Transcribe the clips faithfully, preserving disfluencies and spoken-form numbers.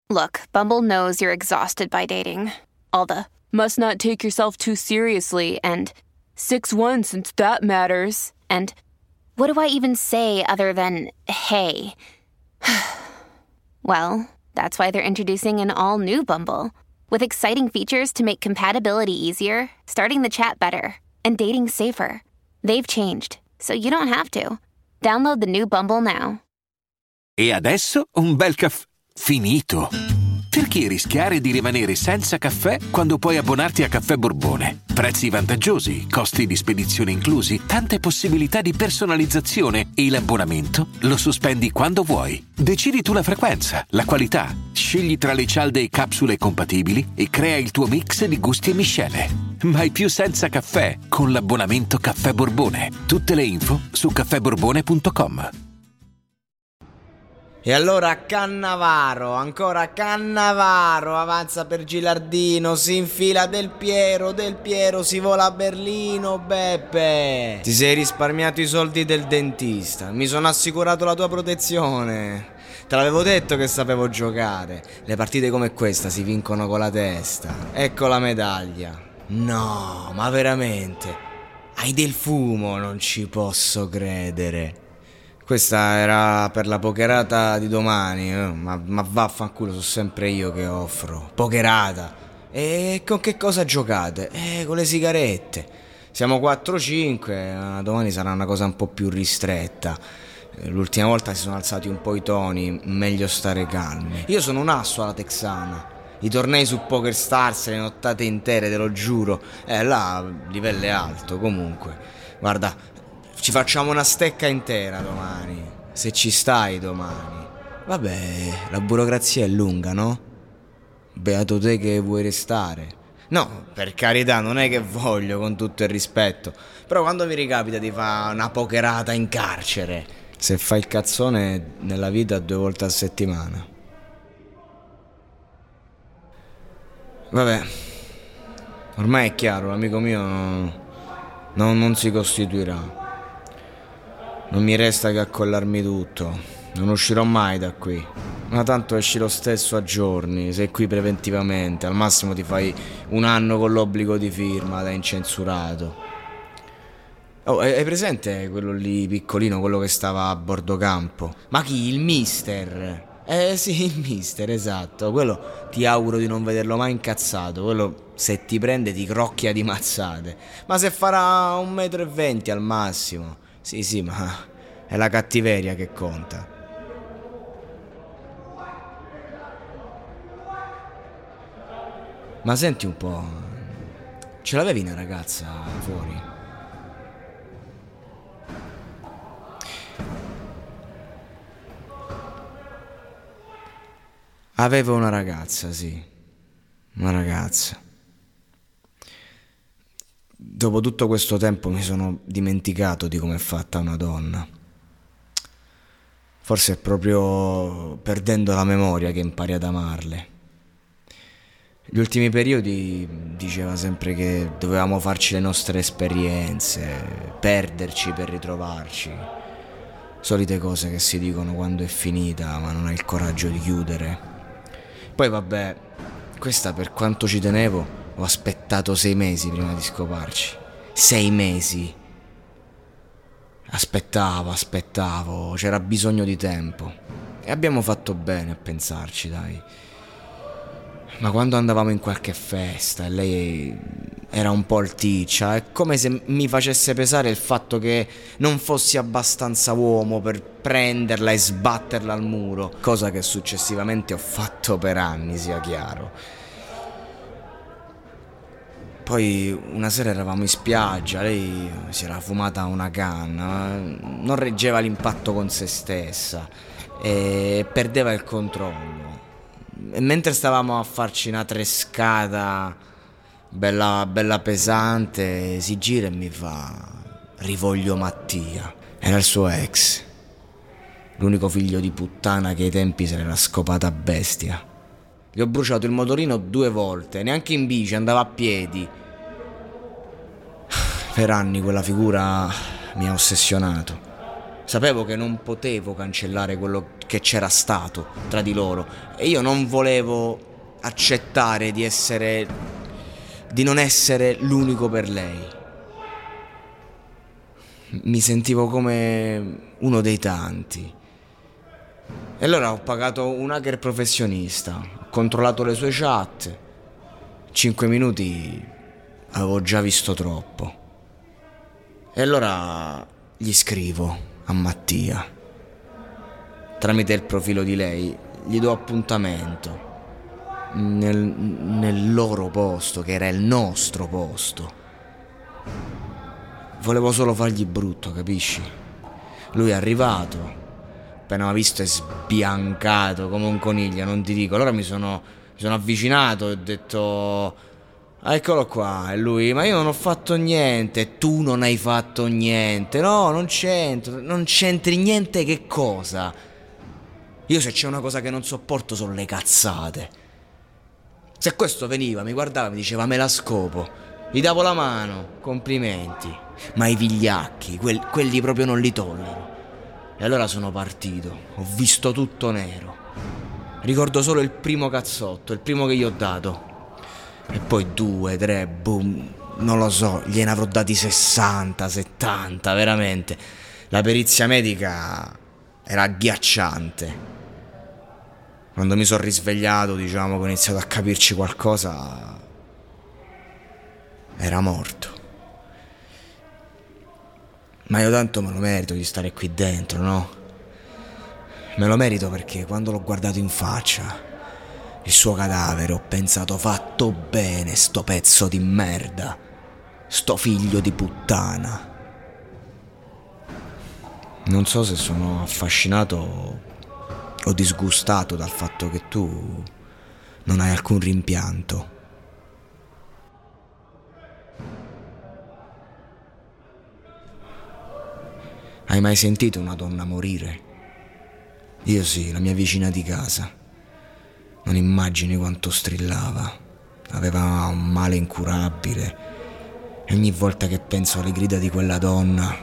Look, Bumble knows you're exhausted by dating. All the must not take yourself too seriously and six one since that matters. And what do I even say other than hey? Well, that's why they're introducing an all-new Bumble with exciting features to make compatibility easier, starting the chat better, and dating safer. They've changed, so you don't have to. Download the new Bumble now. E adesso un bel caffè finito. Perché rischiare di rimanere senza caffè quando puoi abbonarti a Caffè Borbone? Prezzi vantaggiosi, costi di spedizione inclusi, tante possibilità di personalizzazione e l'abbonamento lo sospendi quando vuoi. Decidi tu la frequenza, la qualità, scegli tra le cialde e capsule compatibili e crea il tuo mix di gusti e miscele. Mai più senza caffè con l'abbonamento Caffè Borbone. Tutte le info su caffè borbone punto com. E allora Cannavaro, ancora Cannavaro, avanza per Gilardino, si infila Del Piero, Del Piero si vola a Berlino, Beppe. Ti sei risparmiato i soldi del dentista, mi sono assicurato la tua protezione. Te l'avevo detto che sapevo giocare. Le partite come questa si vincono con la testa. Ecco la medaglia. No, ma veramente? Hai del fumo, non ci posso credere. Questa era per la pokerata di domani, eh? ma, ma vaffanculo, sono sempre io che offro. Pokerata. E con che cosa giocate? Eh, con le sigarette. Siamo quattro cinque, ma domani sarà una cosa un po' più ristretta. L'ultima volta si sono alzati un po' i toni, meglio stare calmi. Io sono un asso alla texana. I tornei su Poker Stars, le nottate intere, te lo giuro. Eh, là, livello alto, comunque. Guarda, ci facciamo una stecca intera domani, se ci stai domani. Vabbè, la burocrazia è lunga, no? Beato te che vuoi restare. No, per carità, non è che voglio, con tutto il rispetto. Però quando mi ricapita di fare una pokerata in carcere, se fai il cazzone nella vita due volte a settimana. Vabbè, ormai è chiaro, l'amico mio non, non, non si costituirà. Non mi resta che accollarmi tutto. Non uscirò mai da qui. Ma tanto esci lo stesso a giorni. Sei qui preventivamente. Al massimo ti fai un anno con l'obbligo di firma da incensurato. Oh, hai presente quello lì piccolino, quello che stava a bordo campo? Ma chi? Il mister? Eh sì, il mister, esatto. Quello ti auguro di non vederlo mai incazzato. Quello se ti prende ti crocchia di mazzate. Ma se farà un metro e venti al massimo. Sì, sì, ma è la cattiveria che conta. Ma senti un po', ce l'avevi una ragazza fuori? Avevo una ragazza, sì, una ragazza. Dopo tutto questo tempo mi sono dimenticato di come è fatta una donna. Forse è proprio perdendo la memoria che impari ad amarle. Gli ultimi periodi diceva sempre che dovevamo farci le nostre esperienze, perderci per ritrovarci. Solite cose che si dicono quando è finita, ma non hai il coraggio di chiudere. Poi vabbè, questa per quanto ci tenevo, ho aspettato sei mesi prima di scoparci. Sei mesi. Aspettavo, aspettavo, c'era bisogno di tempo. E abbiamo fatto bene a pensarci, dai. Ma quando andavamo in qualche festa e lei era un po' alticcia, è come se mi facesse pesare il fatto che non fossi abbastanza uomo per prenderla e sbatterla al muro, cosa che successivamente ho fatto per anni, sia chiaro. Poi una sera eravamo in spiaggia, lei si era fumata una canna, non reggeva l'impatto con se stessa e perdeva il controllo. E mentre stavamo a farci una trescata bella, bella pesante, si gira e mi fa: rivoglio Mattia. Era il suo ex, l'unico figlio di puttana che ai tempi se l'era scopata a bestia. Gli ho bruciato il motorino due volte, neanche in bici, andava a piedi. Per anni quella figura mi ha ossessionato. Sapevo che non potevo cancellare quello che c'era stato tra di loro e io non volevo accettare di essere, di non essere l'unico per lei. Mi sentivo come uno dei tanti. E allora ho pagato un hacker professionista, ho controllato le sue chat. Cinque minuti avevo già visto troppo. E allora gli scrivo a Mattia. Tramite il profilo di lei gli do appuntamento nel, nel loro posto, che era il nostro posto. Volevo solo fargli brutto, capisci? Lui è arrivato, appena mi ha visto è sbiancato come un coniglio, non ti dico. Allora mi sono, mi sono avvicinato e ho detto: ah, eccolo qua. E lui: ma io non ho fatto niente. Tu non hai fatto niente. No, non c'entro. Non c'entri niente che cosa? Io se c'è una cosa che non sopporto sono le cazzate. Se questo veniva, mi guardava, mi diceva me la scopo, gli davo la mano, complimenti. Ma i vigliacchi, quelli, quelli proprio non li tollero. E allora sono partito, ho visto tutto nero. Ricordo solo il primo cazzotto, il primo che gli ho dato. E poi due, tre, boom, non lo so, gliene avrò dati sessanta, settanta, veramente. La perizia medica era agghiacciante. Quando mi sono risvegliato, diciamo, che ho iniziato a capirci qualcosa, era morto. Ma io tanto me lo merito di stare qui dentro, no? Me lo merito perché quando l'ho guardato in faccia, il suo cadavere, ho pensato: fatto bene sto pezzo di merda, sto figlio di puttana. Non so se sono affascinato o disgustato dal fatto che tu non hai alcun rimpianto. Hai mai sentito una donna morire? Io sì, la mia vicina di casa. Non immagini quanto strillava. Aveva un male incurabile. E ogni volta che penso alle grida di quella donna,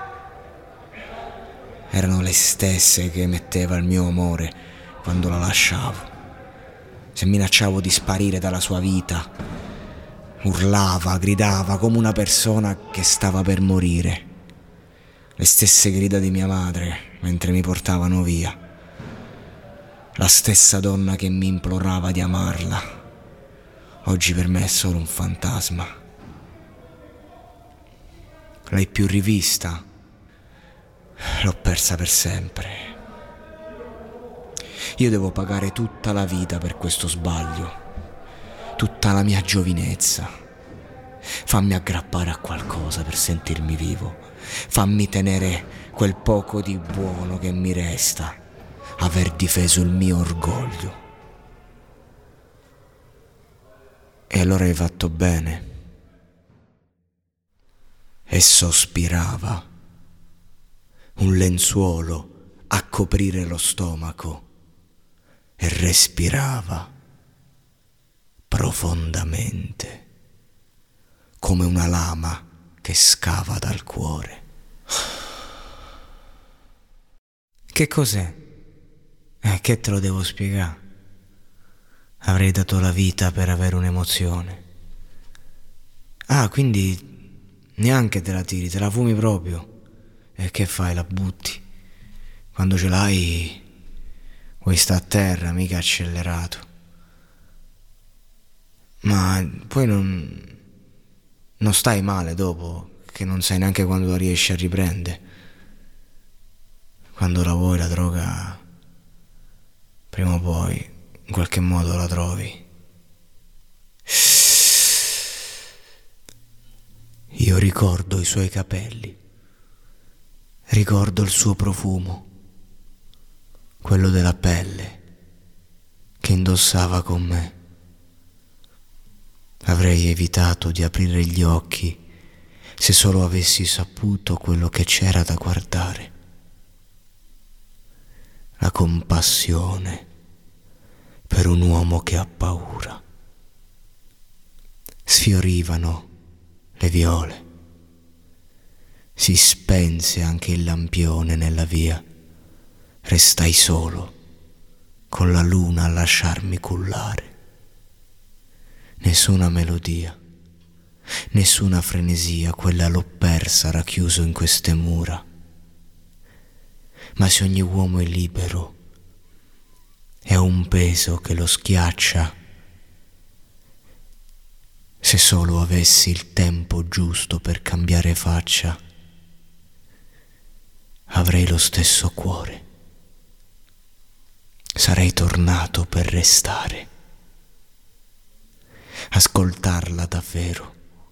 erano le stesse che emetteva il mio amore quando la lasciavo. Se minacciavo di sparire dalla sua vita, urlava, gridava come una persona che stava per morire. Le stesse grida di mia madre mentre mi portavano via. La stessa donna che mi implorava di amarla. Oggi per me è solo un fantasma. L'hai più rivista? L'ho persa per sempre. Io devo pagare tutta la vita per questo sbaglio, tutta la mia giovinezza. Fammi aggrappare a qualcosa per sentirmi vivo. Fammi tenere quel poco di buono che mi resta, aver difeso il mio orgoglio. E allora hai fatto bene. E sospirava, un lenzuolo a coprire lo stomaco, e respirava profondamente, come una lama che scava dal cuore. Che cos'è? Eh, che te lo devo spiegare? Avrei dato la vita per avere un'emozione. Ah, quindi neanche te la tiri, te la fumi proprio. E che fai, la butti? Quando ce l'hai vuoi sta a terra, mica accelerato. Ma poi non... non stai male dopo, che non sai neanche quando la riesci a riprendere. Quando la vuoi la droga, prima o poi in qualche modo la trovi. Io ricordo i suoi capelli, ricordo il suo profumo, quello della pelle che indossava con me. Avrei evitato di aprire gli occhi se solo avessi saputo quello che c'era da guardare. La compassione per un uomo che ha paura. Sfiorivano le viole Si spense anche il lampione nella via. Restai solo, con la luna a lasciarmi cullare. Nessuna melodia, nessuna frenesia, quella l'ho persa racchiuso in queste mura. Ma se ogni uomo è libero, è un peso che lo schiaccia. Se solo avessi il tempo giusto per cambiare faccia, avrei lo stesso cuore. Sarei tornato per restare, ascoltarla davvero,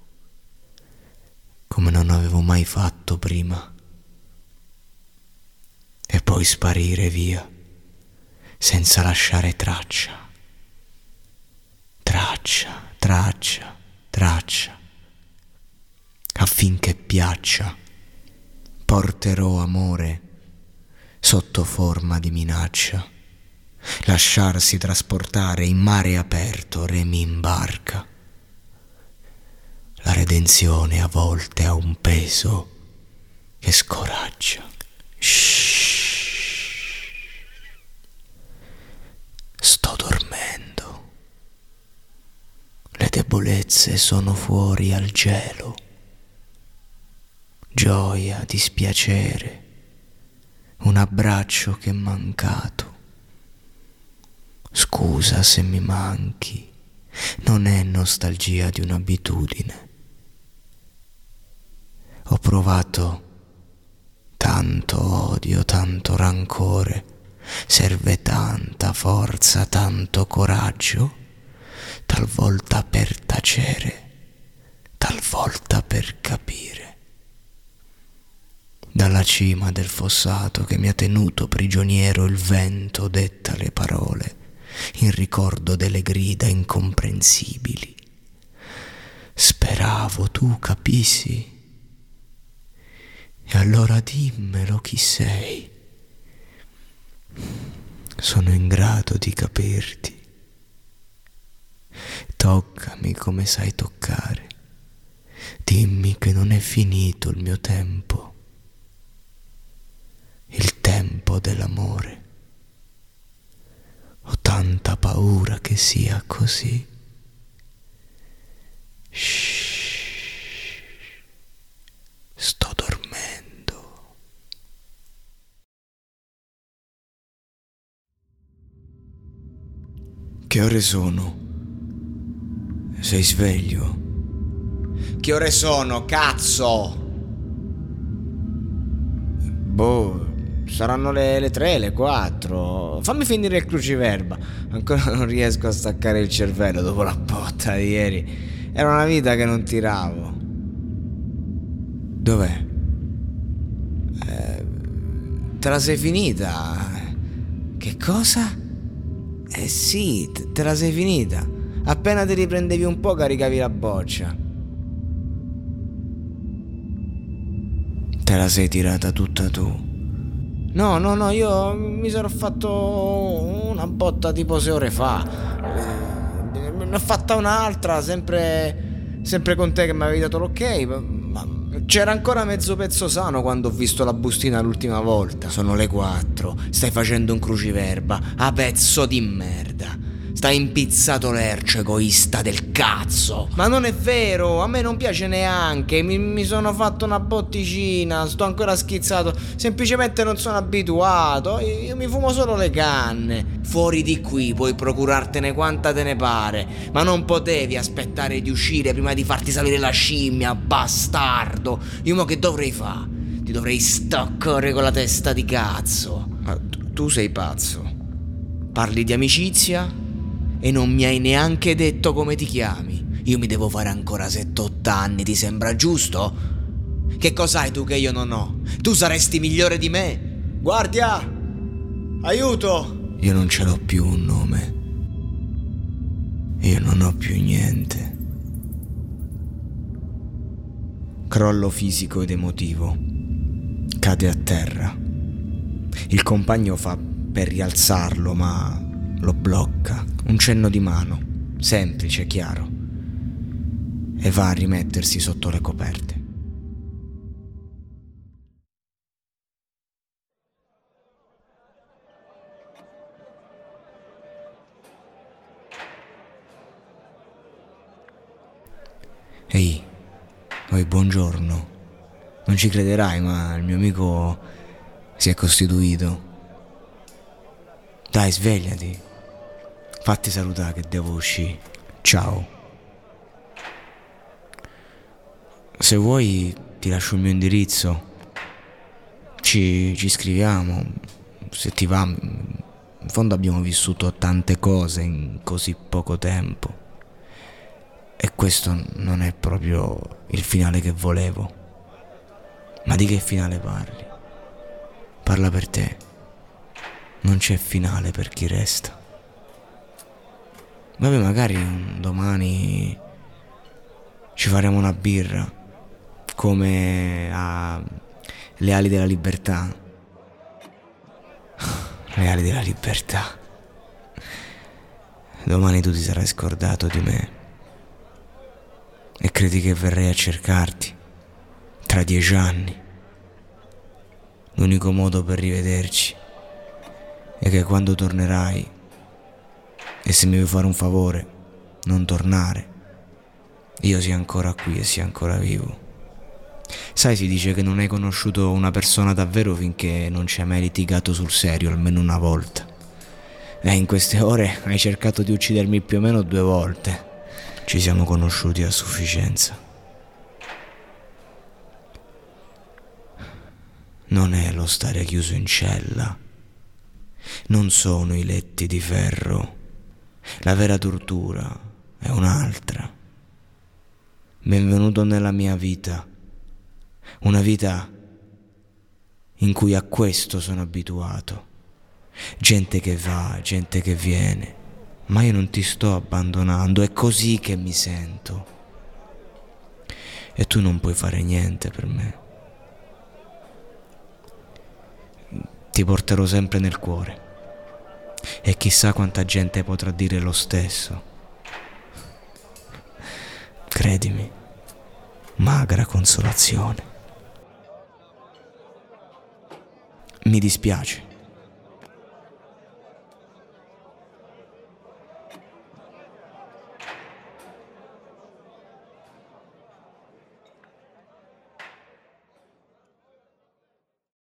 come non avevo mai fatto prima, e poi sparire via, senza lasciare traccia, traccia, traccia, traccia, affinché piaccia. Porterò amore sotto forma di minaccia. Lasciarsi trasportare in mare aperto remi in barca. La redenzione a volte ha un peso che scoraggia. Shhh. Sto dormendo. Le debolezze sono fuori al gelo. Gioia, dispiacere, un abbraccio che è mancato. Scusa se mi manchi, non è nostalgia di un'abitudine. Ho provato tanto odio, tanto rancore, serve tanta forza, tanto coraggio, talvolta per tacere, talvolta per capire. Dalla cima del fossato che mi ha tenuto prigioniero il vento detta le parole in ricordo delle grida incomprensibili. Speravo tu capissi. E allora dimmelo chi sei. Sono in grado di capirti. Toccami come sai toccare. Dimmi che non è finito il mio tempo. Il tempo dell'amore. Ho tanta paura che sia così. Shhh. Sto dormendo. Che ore sono? Sei sveglio? Che ore sono, cazzo? Boh, saranno le, le tre, le quattro. Fammi finire il cruciverba. Ancora non riesco a staccare il cervello dopo la botta di ieri. Era una vita che non tiravo. Dov'è? Eh, te la sei finita? Che cosa? Eh sì, te, te la sei finita. Appena ti riprendevi un po' caricavi la boccia. Te la sei tirata tutta tu? No, no, no, io mi sarò fatto una botta tipo sei ore fa. Eh, ne ho fatta un'altra, sempre, sempre con te che mi avevi dato l'ok, ma c'era ancora mezzo pezzo sano quando ho visto la bustina l'ultima volta. Sono le quattro, stai facendo un cruciverba, a pezzo di merda. Stai impizzato lercio, egoista del cazzo. Ma non è vero, a me non piace neanche. Mi, mi sono fatto una botticina, sto ancora schizzato. Semplicemente non sono abituato. Io, io mi fumo solo le canne. Fuori di qui puoi procurartene quanta te ne pare, ma non potevi aspettare di uscire prima di farti salire la scimmia, bastardo. Io mo che dovrei fare? Ti dovrei stoccare con la testa di cazzo. Ma tu, tu sei pazzo. Parli di amicizia? E non mi hai neanche detto come ti chiami. Io mi devo fare ancora sette otto anni, ti sembra giusto? Che cos'hai tu che io non ho? Tu saresti migliore di me. Guardia! Aiuto! Io non ce l'ho più un nome. Io non ho più niente. Crollo fisico ed emotivo. Cade a terra. Il compagno fa per rialzarlo, ma lo blocca. Un cenno di mano, semplice, chiaro, e va a rimettersi sotto le coperte. Ehi, poi buongiorno. Non ci crederai, ma il mio amico si è costituito. Dai, svegliati. Fatti salutare che devo uscire. Ciao. Se vuoi ti lascio il mio indirizzo. Ci, ci scriviamo. Se ti va. In fondo abbiamo vissuto tante cose in così poco tempo. E questo non è proprio il finale che volevo. Ma di che finale parli? Parla per te. Non c'è finale per chi resta. Vabbè, magari un domani ci faremo una birra, come a Le ali della libertà. Le ali della libertà. Domani tu ti sarai scordato di me e credi che verrei a cercarti tra dieci anni. L'unico modo per rivederci è che quando tornerai, e se mi vuoi fare un favore, non tornare, io sia ancora qui e sia ancora vivo. Sai, si dice che non hai conosciuto una persona davvero finché non ci hai mai litigato sul serio almeno una volta. E in queste ore hai cercato di uccidermi più o meno due volte. Ci siamo conosciuti a sufficienza. Non è lo stare chiuso in cella. Non sono i letti di ferro. La vera tortura è un'altra. Benvenuto nella mia vita. Una vita in cui a questo sono abituato. Gente che va, gente che viene. Ma io non ti sto abbandonando, è così che mi sento. E tu non puoi fare niente per me. Ti porterò sempre nel cuore. E chissà quanta gente potrà dire lo stesso. Credimi, magra consolazione. Mi dispiace.